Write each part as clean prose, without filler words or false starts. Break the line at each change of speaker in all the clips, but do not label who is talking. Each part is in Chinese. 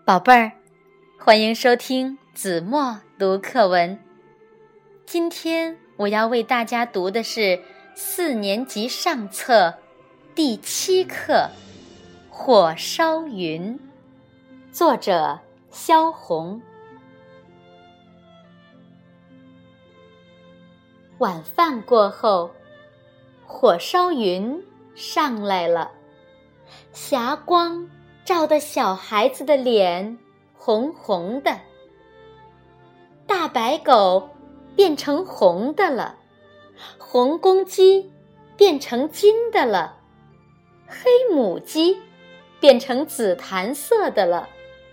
宝贝儿，欢迎收听子墨读课文。今天我要为大家读的是4年级上册第7课《火烧云》，作者萧红。晚饭过后，火烧云上来了，霞光照得小孩子的脸红红的，大白狗变成红的了，红公鸡变成金的了，黑母鸡变成紫檀色的了。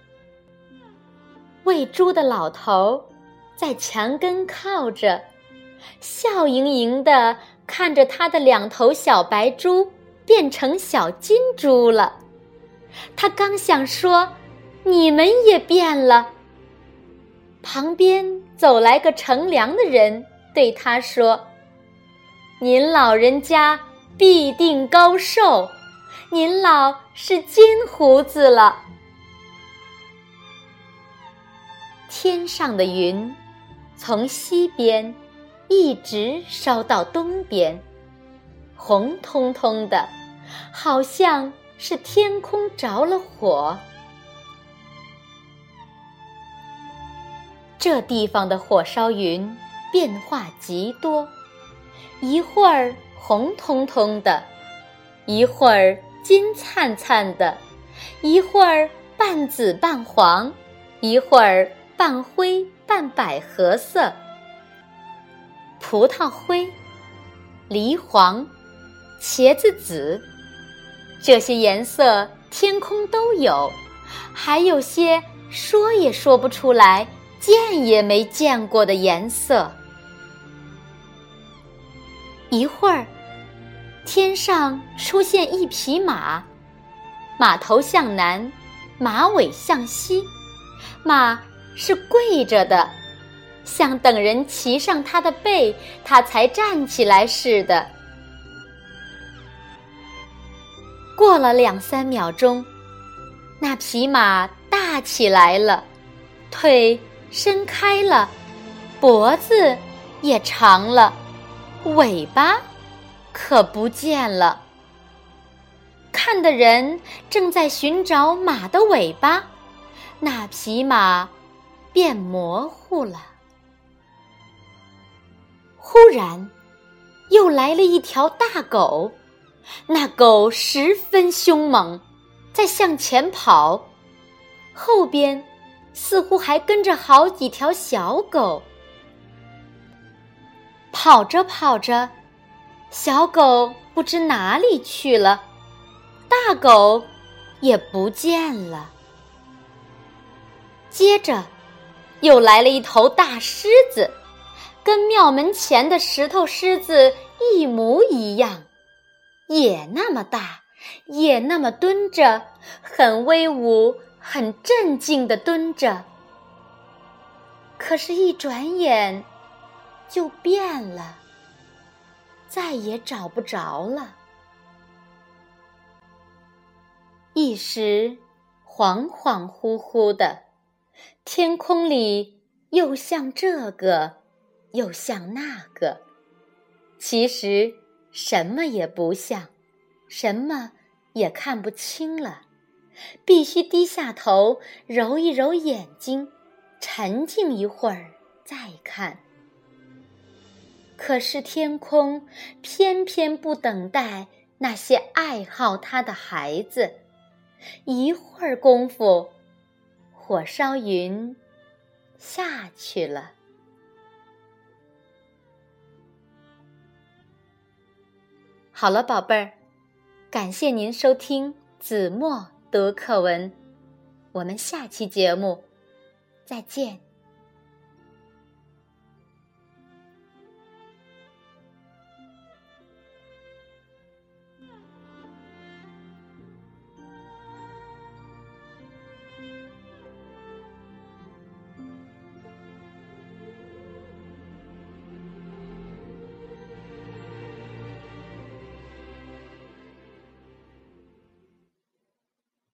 喂猪的老头在墙根靠着，笑盈盈地看着他的2头小白猪变成小金猪了。他刚想说你们也变了，旁边走来个乘凉的人对他说，您老人家必定高寿，您老是金胡子了。天上的云从西边一直烧到东边，红彤彤的，好像是天空着了火。这地方的火烧云变化极多，一会儿红彤彤的，一会儿金灿灿的，一会儿半紫半黄，一会儿半灰半百合色。葡萄灰、梨黄、茄子紫，这些颜色天空都有，还有些说也说不出来，见也没见过的颜色。一会儿，天上出现一匹马，马头向南，马尾向西，马是跪着的，像等人骑上它的背，它才站起来似的。过了2-3秒钟，那匹马大起来了，腿伸开了，脖子也长了，尾巴可不见了。看的人正在寻找马的尾巴，那匹马变模糊了。忽然又来了一条大狗，那狗十分凶猛，在向前跑，后边似乎还跟着好几条小狗。跑着跑着，小狗不知哪里去了，大狗也不见了。接着又来了一头大狮子，跟庙门前的石头狮子一模一样，也那么大，也那么蹲着，很威武，很镇静地蹲着。可是一转眼就变了，再也找不着了。一时恍恍惚惚的，天空里又像这个又像那个，其实什么也不像，什么也看不清了，必须低下头揉一揉眼睛，沉静一会儿再看。可是天空偏偏不等待那些爱好它的孩子，一会儿功夫，火烧云下去了。好了，宝贝儿，感谢您收听子墨读课文，我们下期节目再见。